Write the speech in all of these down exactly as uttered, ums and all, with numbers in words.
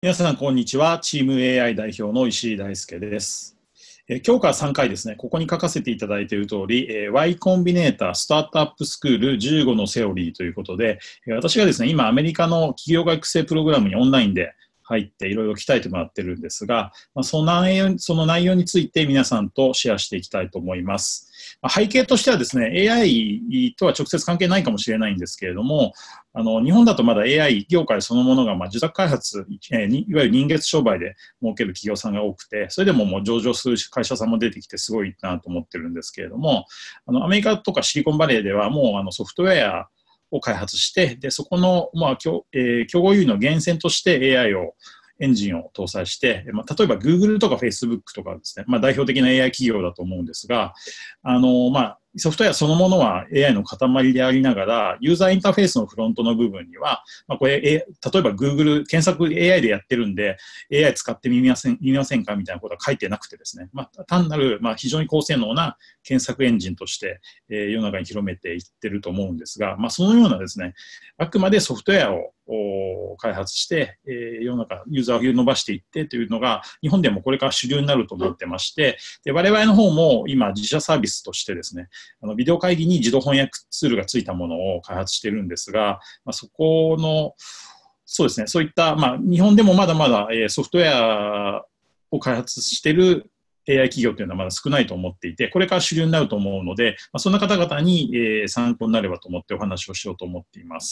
皆さん、こんにちは。チーム エーアイ 代表の石井大輔です。えー今日からさんかいですね、ここに書かせていただいている通り、えー Y コンビネータースタートアップスクールじゅうごのセオリーということで、えー私がですね、今アメリカの企業が育成プログラムにオンラインで入っていろいろ鍛えてもらってるんですが、まあ、その内容その内容について皆さんとシェアしていきたいと思います。まあ背景としてはですね、エーアイ とは直接関係ないかもしれないんですけれども、あの日本だとまだ エーアイ 業界そのものがまあ受託開発、えーにいわゆる人月商売で儲ける企業さんが多くて、それでももう上場する会社さんも出てきてすごいなと思ってるんですけれども、あのアメリカとかシリコンバレーではもうあのソフトウェアを開発して、でそこの、まあ競えー競合優位の源泉として エーアイ をエンジンを搭載して、まあ、例えば Google とか Facebook とかですね、まあ、代表的な エーアイ 企業だと思うんですが、あの、まあ、ソフトウェアそのものは エーアイ の塊でありながら、ユーザーインターフェースのフロントの部分には、まあ、これ、例えば Google 検索 エーアイ でやってるんで、エーアイ 使ってみません、見ませんかみたいなことは書いてなくてですね、まあ、単なる、まあ、非常に高性能な検索エンジンとして、えー世の中に広めていってると思うんですが、まあ、そのようなですね、あくまでソフトウェアを開発して、えー世の中、ユーザーを伸ばしていってというのが、日本でもこれから主流になると思ってまして、で我々の方も今、自社サービスとしてですね、あのビデオ会議に自動翻訳ツールがついたものを開発しているんですが、まあ、そこの、そうですね、そういった、まあ、日本でもまだまだ、えーソフトウェアを開発している エーアイ 企業というのはまだ少ないと思っていて、これから主流になると思うので、まあ、そんな方々に、えー参考になればと思ってお話をしようと思っています。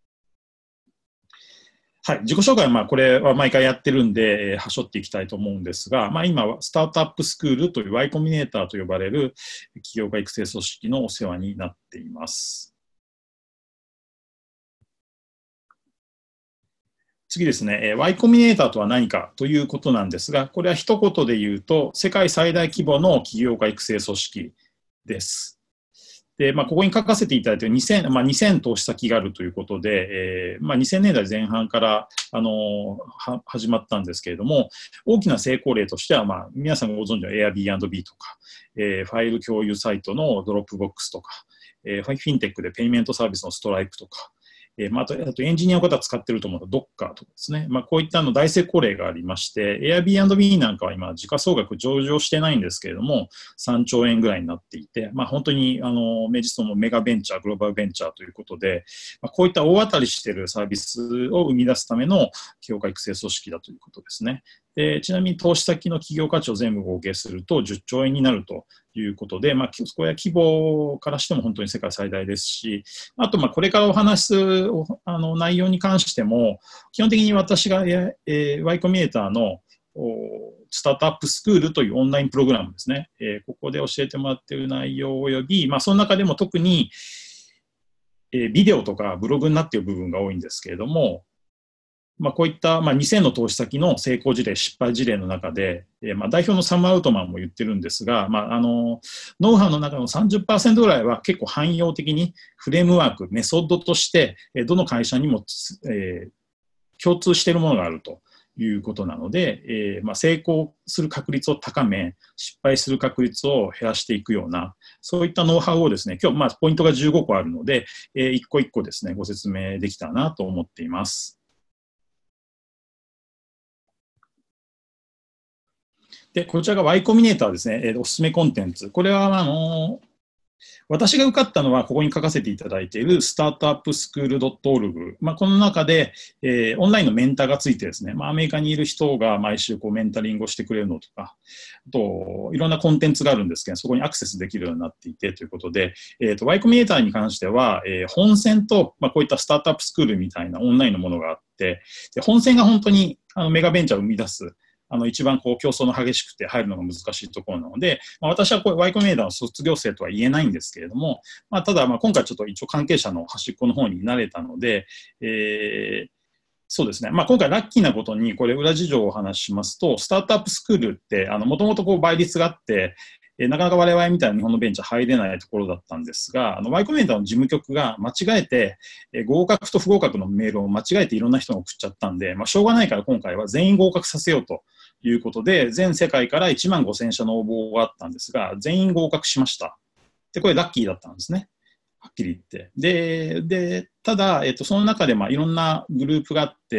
はい、自己紹介はまあこれは毎回やってるんで、えー、はしょっていきたいと思うんですが、まあ、今はスタートアップスクールという Y コンビネーターと呼ばれる企業家育成組織のお世話になっています。次ですね、Y コンビネーターとは何かということなんですが、これは一言で言うと、世界最大規模の起業家育成組織です。で、まあ、ここに書かせていただいているにせん、まあ、にせん投資先があるということで、えーまあ、にせんねんだいぜん半から、あのー始まったんですけれども、大きな成功例としては、まあ、皆さんがご存知の Airbnb とか、えーファイル共有サイトのドロップボックスとか、えーフィンテックでペイメントサービスのストライプとか、えーまあ、あとあとエンジニアの方が使っていると思うと Docker とかですね、まあ、こういったの大成功例がありまして、Airbnb なんかは今、時価総額上場してないんですけれども、さんちょうえんぐらいになっていて、まあ、本当にあの明治そのメガベンチャー、グローバルベンチャーということで、まあ、こういった大当たりしているサービスを生み出すための起業家育成組織だということですね。でちなみに投資先の企業価値を全部合計するとじゅっちょうえんになるということで、まあ、そこや規模からしても本当に世界最大ですし、あとまあこれからお話すあの内容に関しても、基本的に私が、えー、Y コンビネーターのスタートアップスクールというオンラインプログラムですね、えー、ここで教えてもらっている内容及び、まあ、その中でも特に、えー、ビデオとかブログになっている部分が多いんですけれども、まあ、こういった、まあ、にせんの投資先の成功事例、失敗事例の中で、えーまあ、代表のサム・アウトマンも言ってるんですが、まあ、あのノウハウの中のさんじゅっパーセントぐらいは結構汎用的にフレームワーク、メソッドとして、えーどの会社にも、えー共通しているものがあるということなので、えーまあ、成功する確率を高め、失敗する確率を減らしていくような、そういったノウハウをですね、今日、まあ、ポイントがじゅうごこあるので、えー、一個一個ですね、ご説明できたらなと思っています。で、こちらが Y コンビネーターですね、えー、おすすめコンテンツ。これは、あのー私が受かったのは、ここに書かせていただいているスタートアップスクール ドットオルグ、まあ、この中で、えーオンラインのメンターがついてですね、まあ、アメリカにいる人が毎週こうメンタリングをしてくれるのとか、あと、いろんなコンテンツがあるんですけど、そこにアクセスできるようになっていてということで、えーと、Y コンビネーターに関しては、えー本線と、まあ、こういったスタートアップスクールみたいなオンラインのものがあって、で本線が本当にあのメガベンチャーを生み出す、あの一番こう競争の激しくて入るのが難しいところなので、まあ、私はこう Y コンビネーターの卒業生とは言えないんですけれども、まあ、ただまあ今回ちょっと一応関係者の端っこの方になれたので、えーそうですね、まあ、今回ラッキーなことにこれ裏事情をお話ししますと、スタートアップスクールってもともと倍率があって、えーなかなか我々みたいな日本のベンチャー入れないところだったんですが、あの Y コンビネーターの事務局が間違えて、えー合格と不合格のメールを間違えていろんな人が送っちゃったんで、まあ、しょうがないから今回は全員合格させようということで、全世界からいちまんごせん社の応募があったんですが、全員合格しました。で、これラッキーだったんですね。はっきり言って。で、でただ、えっと、その中で、まあ、いろんなグループがあって、メン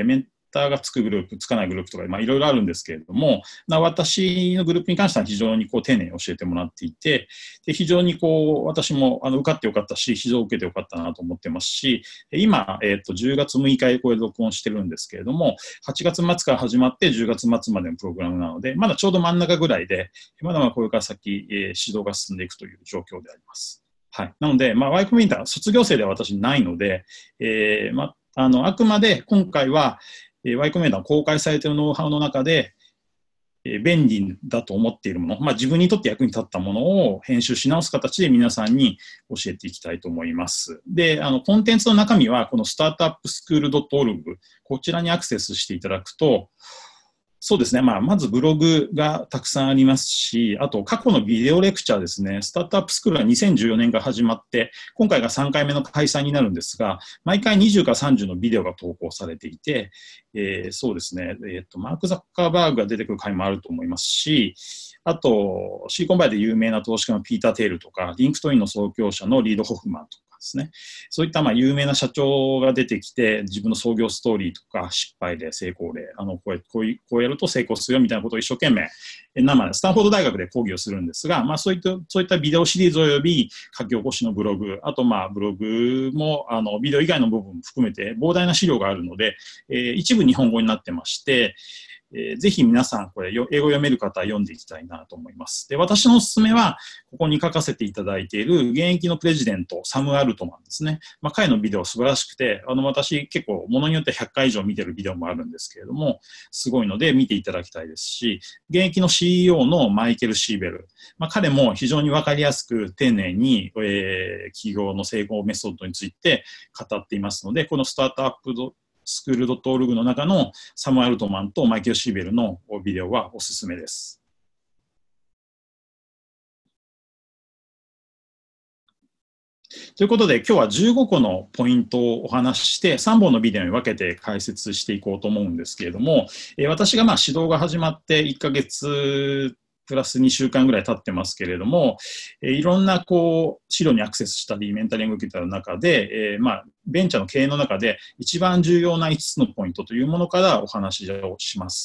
ターがつくグループ、つかないグループとか、まあ、いろいろあるんですけれども、まあ、私のグループに関しては非常にこう丁寧に教えてもらっていて、で非常にこう私もあの受かってよかったし、非常に受けてよかったなと思ってますし、今、えー、とじゅうがつむいかにこれ録音してるんですけれども、はちがつ末から始まってじゅうがつ末までのプログラムなので、まだちょうど真ん中ぐらいで、まだまだこれから先、えー、指導が進んでいくという状況であります。はい、なので、まあ、Y コミュニター、卒業生では私ないので、えーまあ、あのあくまで今回は、Y コミュニターの公開されているノウハウの中で、便利だと思っているもの、まあ、自分にとって役に立ったものを編集し直す形で皆さんに教えていきたいと思います。で、あのコンテンツの中身はこのスタートアップスクールドットオルグ、こちらにアクセスしていただくと、そうですね、まあ、まずブログがたくさんありますし、あと過去のビデオレクチャーですね、スタートアップスクールはにせんじゅうよねんから始まって、今回がさんかいめの開催になるんですが、毎回にじゅうからさんじゅうのビデオが投稿されていて、えー、そうですね、えーと、マーク・ザッカーバーグが出てくる回もあると思いますし、あと、シリコンバレーで有名な投資家のピーター・テイルとか、リンクトインの創業者のリード・ホフマンとか、ですね、そういったまあ有名な社長が出てきて、自分の創業ストーリーとか失敗例、成功例、あのこうこうこうやると成功するよみたいなことを一生懸命、生でスタンフォード大学で講義をするんですが、まあ、そういったそういったビデオシリーズおよび書き起こしのブログ、あとまあブログもあのビデオ以外の部分も含めて膨大な資料があるので、えー、一部日本語になってまして、えー、ぜひ皆さん、これ、英語読める方は読んでいきたいなと思います。で、私のおすすめは、ここに書かせていただいている現役のプレジデント、サム・アルトマンですね。まあ、彼のビデオ素晴らしくて、あの、私結構、ものによってひゃっかい以上見てるビデオもあるんですけれども、すごいので見ていただきたいですし、現役の シーイーオー のマイケル・シーベル。まあ、彼も非常にわかりやすく、丁寧に、えー、企業の成功メソッドについて語っていますので、このスタートアップスクールドットオルグの中のサム・アルトマンとマイケル・シーベルのビデオはおすすめです。ということで、今日はじゅうごこのポイントをお話しして、さんぼんのビデオに分けて解説していこうと思うんですけれども、私がまあ指導が始まっていっかげつプラスにしゅうかんぐらい経ってますけれども、いろんなこう資料にアクセスしたり、メンタリングを受けた中で、えー、まあベンチャーの経営の中で一番重要ないつつのポイントというものからお話をします。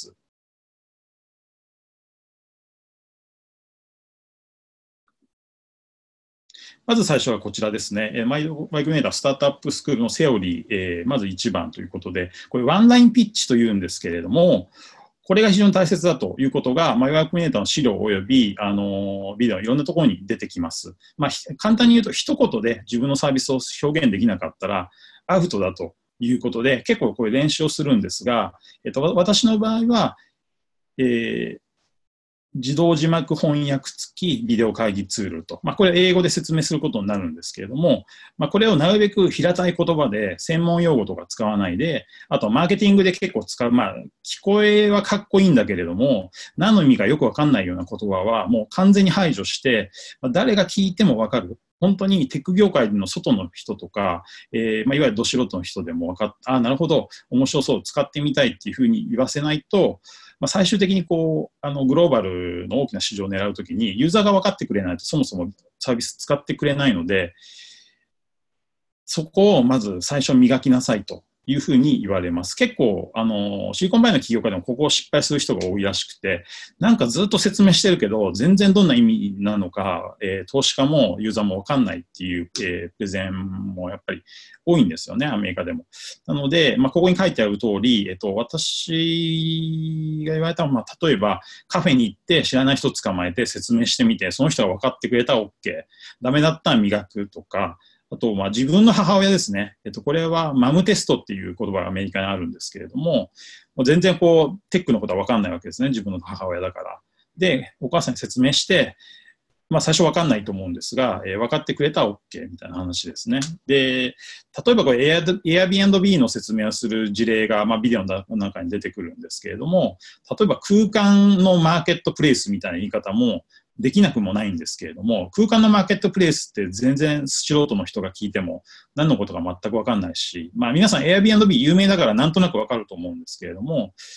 まず最初はこちらですね。マイクロネータースタートアップスクールのセオリー、えー、まずいちばんということで、これワンラインピッチというんですけれども、これが非常に大切だということが、マイワークミネーターの資料及び、あの、ビデオ、いろんなところに出てきます。まあ、簡単に言うと、一言で自分のサービスを表現できなかったら、アウトだということで、結構これ練習をするんですが、えっと、私の場合は、えー、自動字幕翻訳付きビデオ会議ツールと。まあ、これ英語で説明することになるんですけれども、まあ、これをなるべく平たい言葉で専門用語とか使わないで、あとマーケティングで結構使う、まあ、聞こえはかっこいいんだけれども、何の意味かよくわかんないような言葉はもう完全に排除して、まあ、誰が聞いてもわかる。本当にテック業界の外の人とか、えーまあ、いわゆるど素人の人でも分かっああ、なるほど、面白そう、使ってみたいっていうふうに言わせないと、まあ、最終的にこうあのグローバルの大きな市場を狙うときに、ユーザーが分かってくれないと、そもそもサービス使ってくれないので、そこをまず最初磨きなさいというふうに言われます。結構、あの、シリコンバレーの企業家でもここを失敗する人が多いらしくて、なんかずっと説明してるけど、全然どんな意味なのか、えー、投資家もユーザーもわかんないっていう、えー、プレゼンもやっぱり多いんですよね、アメリカでも。なので、まあ、ここに書いてある通り、えっと、私が言われたのは、まあ、例えばカフェに行って知らない人捕まえて説明してみて、その人が分かってくれたら OK。ダメだったら磨くとか、あと、まあ、自分の母親ですね。えっと、これはマムテストっていう言葉がアメリカにあるんですけれども、もう全然こう、テックのことは分かんないわけですね。自分の母親だから。で、お母さんに説明して、まあ、最初分かんないと思うんですが、えー、分かってくれたら OK みたいな話ですね。で、例えばこれ Airbnb の説明をする事例が、まあ、ビデオの中に出てくるんですけれども、例えば空間のマーケットプレイスみたいな言い方も、できなくもないんですけれども、空間のマーケットプレイスって全然素人の人が聞いても何のことか全く分かんないし、まあ皆さん Airbnb 有名だからなんとなく分かると思うんですけれども、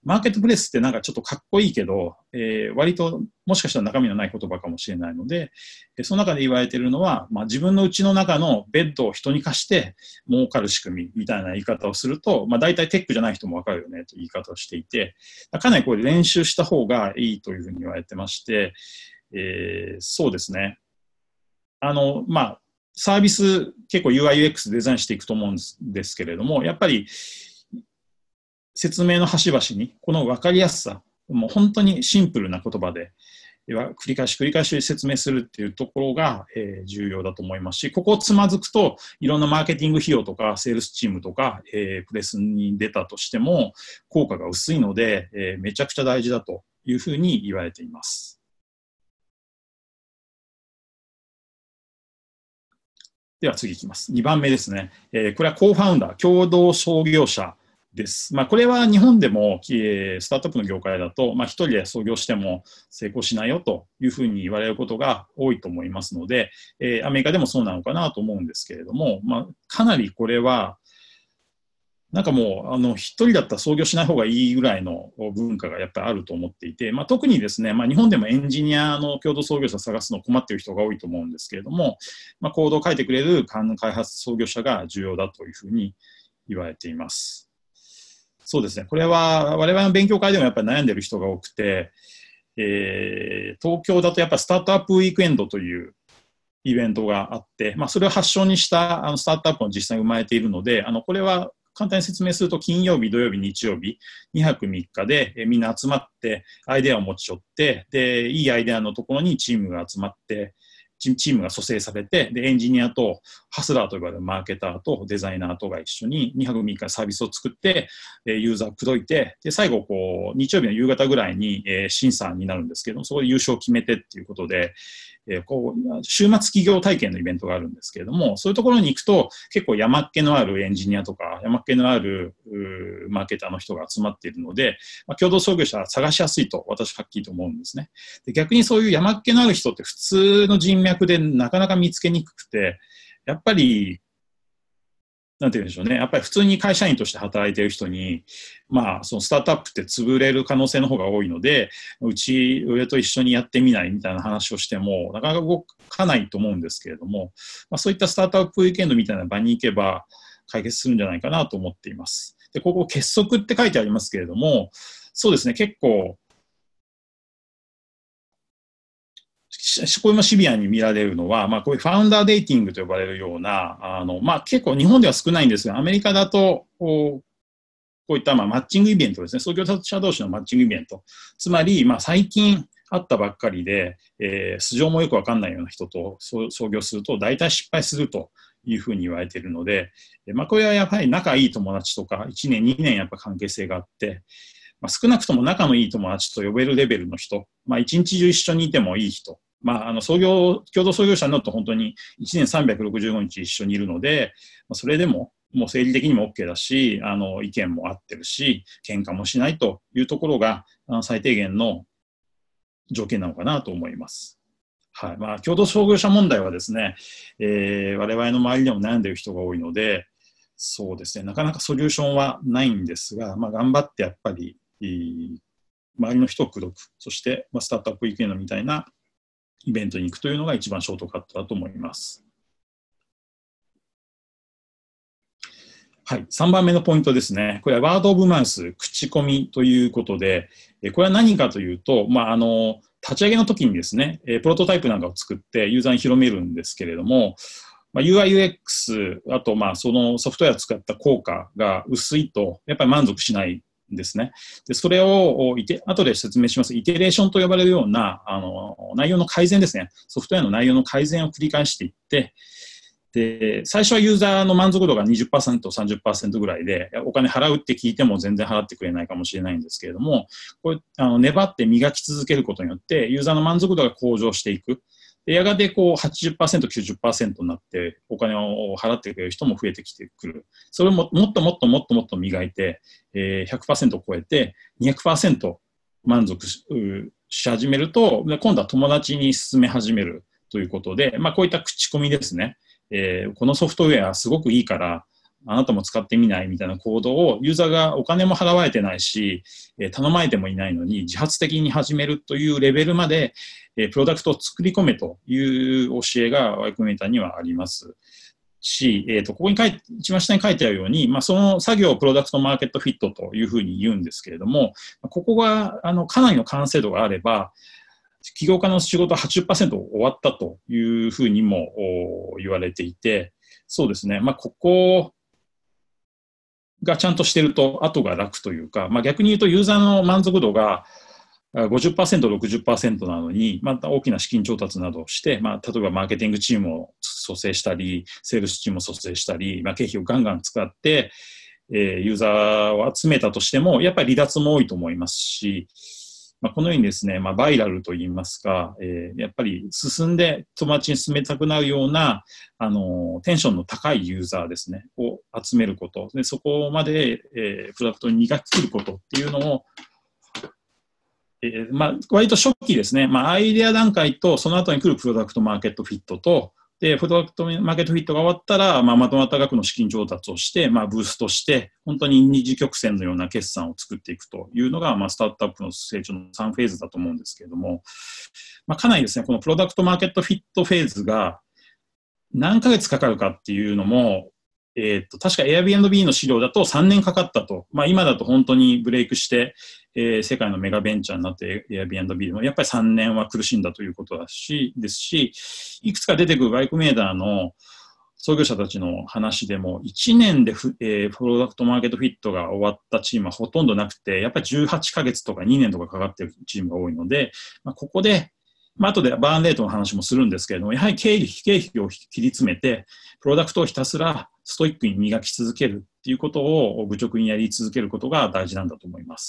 マーケットプレイスってなんかちょっとかっこいいけど、えー、割ともしかしたら中身のない言葉かもしれないので、その中で言われているのは、まあ、自分の家の中のベッドを人に貸して儲かる仕組みみたいな言い方をすると、まあ、大体テックじゃない人もわかるよねという言い方をしていて、かなりこれ練習した方がいいというふうに言われてまして、えー、そうですね。あの、まあ、サービス結構 ユーアイユーエックス デザインしていくと思うんですけれども、やっぱり説明の端々にこの分かりやすさ、もう本当にシンプルな言葉で繰り返し繰り返し説明するっていうところが、えー、重要だと思いますし、ここをつまずくといろんなマーケティング費用とかセールスチームとか、えー、プレスに出たとしても効果が薄いので、えー、めちゃくちゃ大事だというふうに言われています。では次いきます。にばんめですね。えー、これはコーファウンダー、共同創業者です。まあ、これは日本でも、えー、スタートアップの業界だと、まあ、一人で創業しても成功しないよというふうに言われることが多いと思いますので、えー、アメリカでもそうなのかなと思うんですけれども、まあ、かなりこれは、なんかもう、あの、一人だったら創業しない方がいいぐらいの文化がやっぱりあると思っていて、まあ、特にですね、まあ、日本でもエンジニアの共同創業者を探すの困っている人が多いと思うんですけれども、まあ、コードを書いてくれる開発創業者が重要だというふうに言われています。そうですね。これは我々の勉強会でもやっぱり悩んでる人が多くて、えー、東京だとやっぱりスタートアップウィークエンドというイベントがあって、まあ、それを発祥にしたあのスタートアップも実際に生まれているので、あのこれは簡単に説明すると金曜日、土曜日、日曜日、にはくみっかでえみんな集まってアイデアを持ち寄って、で、いいアイデアのところにチームが集まって、チームが組成されて、で、エンジニアとハスラーと呼ばれるマーケターとデザイナーとが一緒ににはくみっかサービスを作って、ユーザーを口説いて、で、最後、こう、日曜日の夕方ぐらいに、えー、審査になるんですけども、そこで優勝を決めてっていうことで、えー、こう、週末企業体験のイベントがあるんですけれども、そういうところに行くと、結構山っ気のあるエンジニアとか、山っ気のあるマーケターの人が集まっているので、まあ、共同創業者は探しやすいと私はっきりと思うんですね。で、逆にそういう山っ気のある人って普通の人脈でなかなか見つけにくくて、やっぱり、なんて言うんでしょうね。やっぱり普通に会社員として働いている人に、まあ、そのスタートアップって潰れる可能性の方が多いので、うち上と一緒にやってみないみたいな話をしても、なかなか動かないと思うんですけれども、まあ、そういったスタートアップウィークエンドみたいな場に行けば解決するんじゃないかなと思っています。で、ここ結束って書いてありますけれども、そうですね、結構、これもシビアに見られるのは、まあ、こういうファウンダーデイティングと呼ばれるような、あの、まあ、結構日本では少ないんですが、アメリカだと、こう、こういったまあマッチングイベントですね、創業者同士のマッチングイベント。つまり、まあ、最近会ったばっかりで、えー、素性もよくわかんないような人と創業すると、大体失敗するというふうに言われているので、まあ、これはやっぱり仲いい友達とか、いちねん、にねんやっぱ関係性があって、まあ、少なくとも仲のいい友達と呼べるレベルの人、まあ、一日中一緒にいてもいい人、まあ、あの創業、共同創業者になると本当にいちねんさんびゃくろくじゅうごにち一緒にいるので、それでも、もう生理的にも OK だし、あの、意見も合ってるし、喧嘩もしないというところが、最低限の条件なのかなと思います。はい。まあ、共同創業者問題はですね、えー、我々の周りでも悩んでいる人が多いので、そうですね、なかなかソリューションはないんですが、まあ、頑張ってやっぱり、周りの人を口説く、そして、まあ、スタートアップウィークエンドみたいなイベントに行くというのが一番ショートカットだと思います。はい。さんばんめのポイントですね。これはワードオブマウス、口コミということで、これは何かというと、まあ、あの、立ち上げの時にですね、プロトタイプなんかを作ってユーザーに広めるんですけれども、まあ、ユーアイユーエックス、あと、まあ、そのソフトウェアを使った効果が薄いと、やっぱり満足しないんですね。で、それを、いて、後で説明します。イテレーションと呼ばれるような、あの、内容の改善ですね。ソフトウェアの内容の改善を繰り返していって、で、最初はユーザーの満足度が にじゅっパーセント、さんじゅっパーセント ぐらいで、お金払うって聞いても全然払ってくれないかもしれないんですけれども、これ、あの、粘って磨き続けることによって、ユーザーの満足度が向上していく。で、やがてこう はちじゅっパーセント、きゅうじゅっパーセント になって、お金を払ってくれる人も増えてきてくる。それをももっともっともっともっと磨いて、えー、ひゃくパーセント を超えて、にひゃくパーセント 満足 し, し始めると、今度は友達に勧め始めるということで、まあこういった口コミですね。えー、このソフトウェアすごくいいから、 あなたも使ってみないみたいなコードをユーザーがお金も払われてないし、えー、頼まれてもいないのに自発的に始めるというレベルまで、えー、プロダクトを作り込めという教えが Y コミュニターにはありますし、えー、とここに書いて一番下に書いてあるように、まあ、その作業をプロダクトマーケットフィットというふうに言うんですけれども、ここがあのかなりの完成度があれば起業家の仕事は はちじゅっパーセント 終わったというふうにも言われていて、そうですね、まあ、ここがちゃんとしてると後が楽というか、まあ、逆に言うとユーザーの満足度が ごじゅっパーセント、ろくじゅっパーセント なのに、また大きな資金調達などをして、まあ、例えばマーケティングチームを蘇生したり、セールスチームを蘇生したり、まあ、経費をガンガン使って、えー、ユーザーを集めたとしても、やっぱり離脱も多いと思いますし、まあ、このようにですね、まあ、バイラルといいますか、えー、やっぱり進んで友達に進めたくなるような、あの、テンションの高いユーザーですね、を集めること、でそこまで、えー、プロダクトに磨き切ることっていうのを、えー、まあ、割と初期ですね、まあ、アイデア段階とその後に来るプロダクトマーケットフィットと、で、プロダクトマーケットフィットが終わったら、まあ、まとまった額の資金調達をして、まあ、ブーストして、本当に二次曲線のような決算を作っていくというのが、まあ、スタートアップの成長のさんフェーズだと思うんですけれども、まあ、かなりですね、このプロダクトマーケットフィットフェーズが何ヶ月かかるかっていうのも、えー、と確か Airbnb の資料だとさんねんかかったと、まあ、今だと本当にブレイクして、えー、世界のメガベンチャーになって Airbnb でもやっぱりさんねんは苦しんだということだしですし、いくつか出てくるバイクメーターの創業者たちの話でもいちねんでフ、えー、プロダクトマーケットフィットが終わったチームはほとんどなくて、やっぱりじゅうはちかげつとかにねんとかかかっているチームが多いので、まあ、ここでまあ後でバーンレートの話もするんですけれども、やはり経費、経費を切り詰めて、プロダクトをひたすらストイックに磨き続けるっていうことを愚直にやり続けることが大事なんだと思います。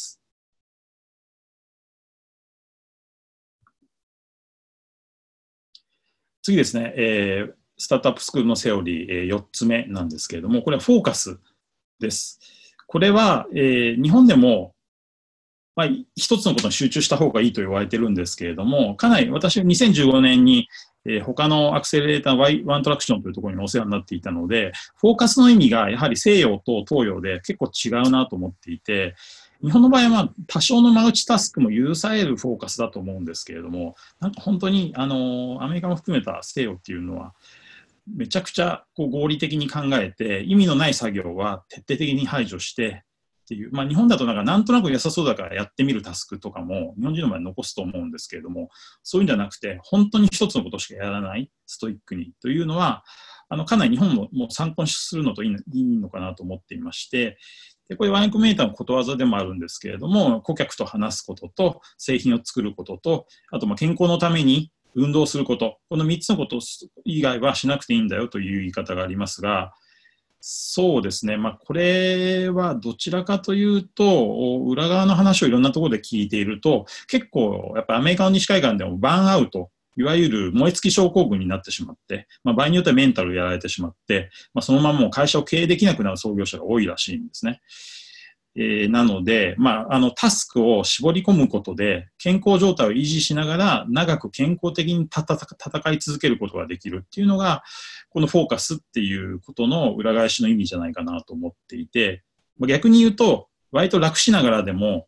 次ですね、えー、スタートアップスクールのセオリー、えー、よっつめなんですけれども、これはフォーカスです。これは、えー、日本でもまあ、一つのことに集中した方がいいと言われてるんですけれども、かなり私はにせんじゅうごねんに、えー、他のアクセレーターワントラクションというところにお世話になっていたので、フォーカスの意味がやはり西洋と東洋で結構違うなと思っていて、日本の場合は多少のマルチタスクも許されるフォーカスだと思うんですけれども、なんか本当にあのアメリカも含めた西洋っていうのは、めちゃくちゃこう合理的に考えて、意味のない作業は徹底的に排除して、っていう、まあ、日本だとなんかなんとなく良さそうだからやってみるタスクとかも日本人の場合残すと思うんですけれども、そういうんじゃなくて本当に一つのことしかやらないストイックにというのはあのかなり日本ももう参考にするのといいのかなと思っていまして、でこれワインコミュニティのことわざでもあるんですけれども、顧客と話すことと製品を作ることと、あとまあ健康のために運動すること、このみっつのこと以外はしなくていいんだよという言い方がありますが、そうですね、まあ、これはどちらかというと、裏側の話をいろんなところで聞いていると、結構、やっぱアメリカの西海岸でもバーンアウト、いわゆる燃え尽き症候群になってしまって、まあ、場合によってはメンタルやられてしまって、まあ、そのままもう会社を経営できなくなる創業者が多いらしいんですね。えー、なので、まあ、あのタスクを絞り込むことで健康状態を維持しながら長く健康的に戦い続けることができるっていうのがこのフォーカスっていうことの裏返しの意味じゃないかなと思っていて、逆に言うと割と楽しながらでも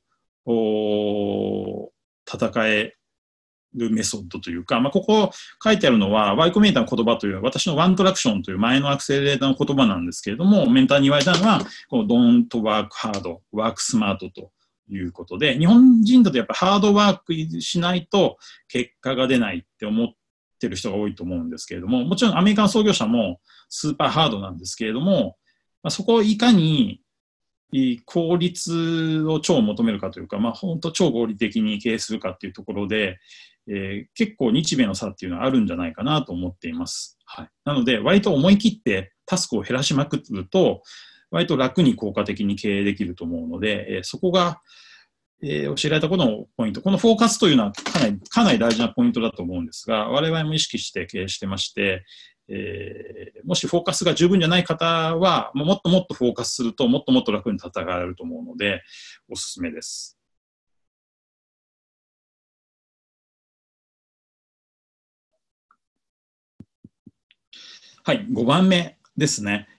戦えるメソッドというか、まあ、ここ書いてあるのは Y コミュニティの言葉という私のワントラクションという前のアクセレーターの言葉なんですけれども、メンターに言われたのはこの Don't work hard, work smart ということで、日本人だとやっぱハードワークしないと結果が出ないって思ってる人が多いと思うんですけれども、もちろんアメリカの創業者もスーパーハードなんですけれども、まあ、そこをいかに効率を超求めるかというか、まあ、本当超合理的に経営するかっていうところで、えー、結構日米の差っていうのはあるんじゃないかなと思っています。はい、なので割と思い切ってタスクを減らしまくると割と楽に効果的に経営できると思うので、えー、そこが、えー、教えられたことのポイント、このフォーカスというのはかなりかなり大事なポイントだと思うんですが、我々も意識して経営してまして、えー、もしフォーカスが十分じゃない方はもっともっとフォーカスするともっともっと楽に戦えると思うのでおすすめです。はい、ごばんめですね。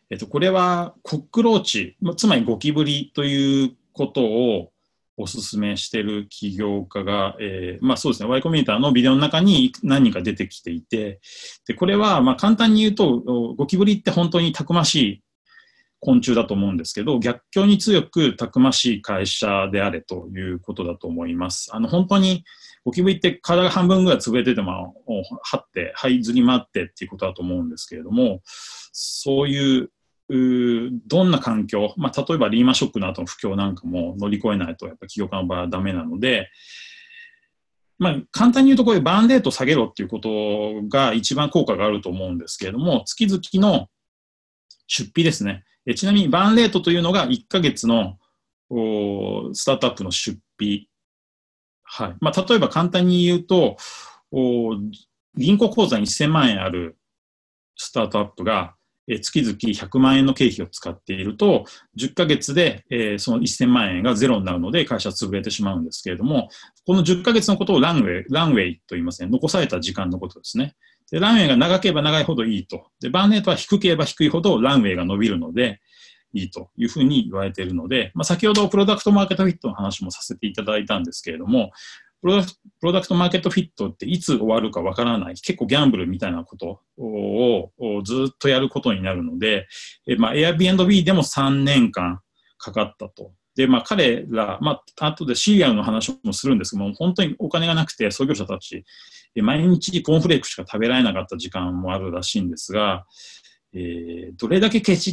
えっと、これはコックローチ、つまりゴキブリということをお勧めしている起業家が、えー、まあそうですね、Y コミュニターのビデオの中に何人か出てきていて、で、これはまあ簡単に言うと、ゴキブリって本当にたくましい昆虫だと思うんですけど、逆境に強くたくましい会社であれということだと思います。あの、本当にゴキブリって体が半分ぐらい潰れてても、張って、這いずり回ってっていうことだと思うんですけれども、そういうどんな環境、まあ、例えばリーマンショックの後の不況なんかも乗り越えないと、やっぱ起業家の場合はダメなので、まあ、簡単に言うとこういうバーンレートを下げろっていうことが一番効果があると思うんですけれども、月々の出費ですね。えちなみにバーンレートというのがいっかげつのスタートアップの出費。はい。まあ、例えば簡単に言うと、銀行口座にせんまんえんあるスタートアップが、月々ひゃくまんえんの経費を使っていると、じゅっかげつで、えー、そのせんまんえんがゼロになるので会社は潰れてしまうんですけれども、このじゅっかげつのことをランウェイ、ランウェイと言いますね。残された時間のことですね。で、ランウェイが長ければ長いほどいいと。で、バーンレートは低ければ低いほどランウェイが伸びるので、いいというふうに言われているので、まあ、先ほどプロダクトマーケットフィットの話もさせていただいたんですけれども、プロダクト、プロダクトマーケットフィットっていつ終わるかわからない、結構ギャンブルみたいなことをずっとやることになるので、えまあ、Airbnb でもさんねんかんかかったと。で、まあ、彼ら、まあ、後でシリアルの話もするんですけども、本当にお金がなくて創業者たち、毎日コーンフレークしか食べられなかった時間もあるらしいんですが、えー、どれだけケチって、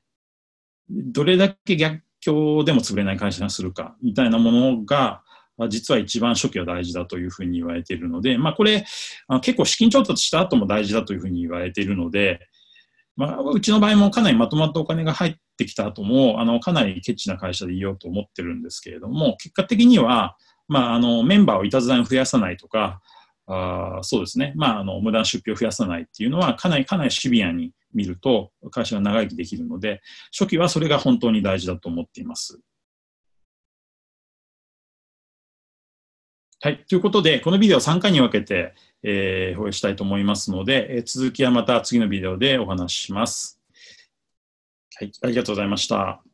どれだけ逆境でも潰れない会社にするか、みたいなものが、実は一番初期は大事だというふうに言われているので、まあこれ、結構資金調達した後も大事だというふうに言われているので、まあうちの場合もかなりまとまったお金が入ってきた後も、あの、かなりケチな会社でいようと思ってるんですけれども、結果的には、まああの、メンバーをいたずらに増やさないとか、あそうですね。まああの、無駄な出費を増やさないっていうのは、かなりかなりシビアに見ると会社が長生きできるので、初期はそれが本当に大事だと思っています。はい。ということで、このビデオをさんかいに分けて、えー、放映したいと思いますので、えー、続きはまた次のビデオでお話しします。はい。ありがとうございました。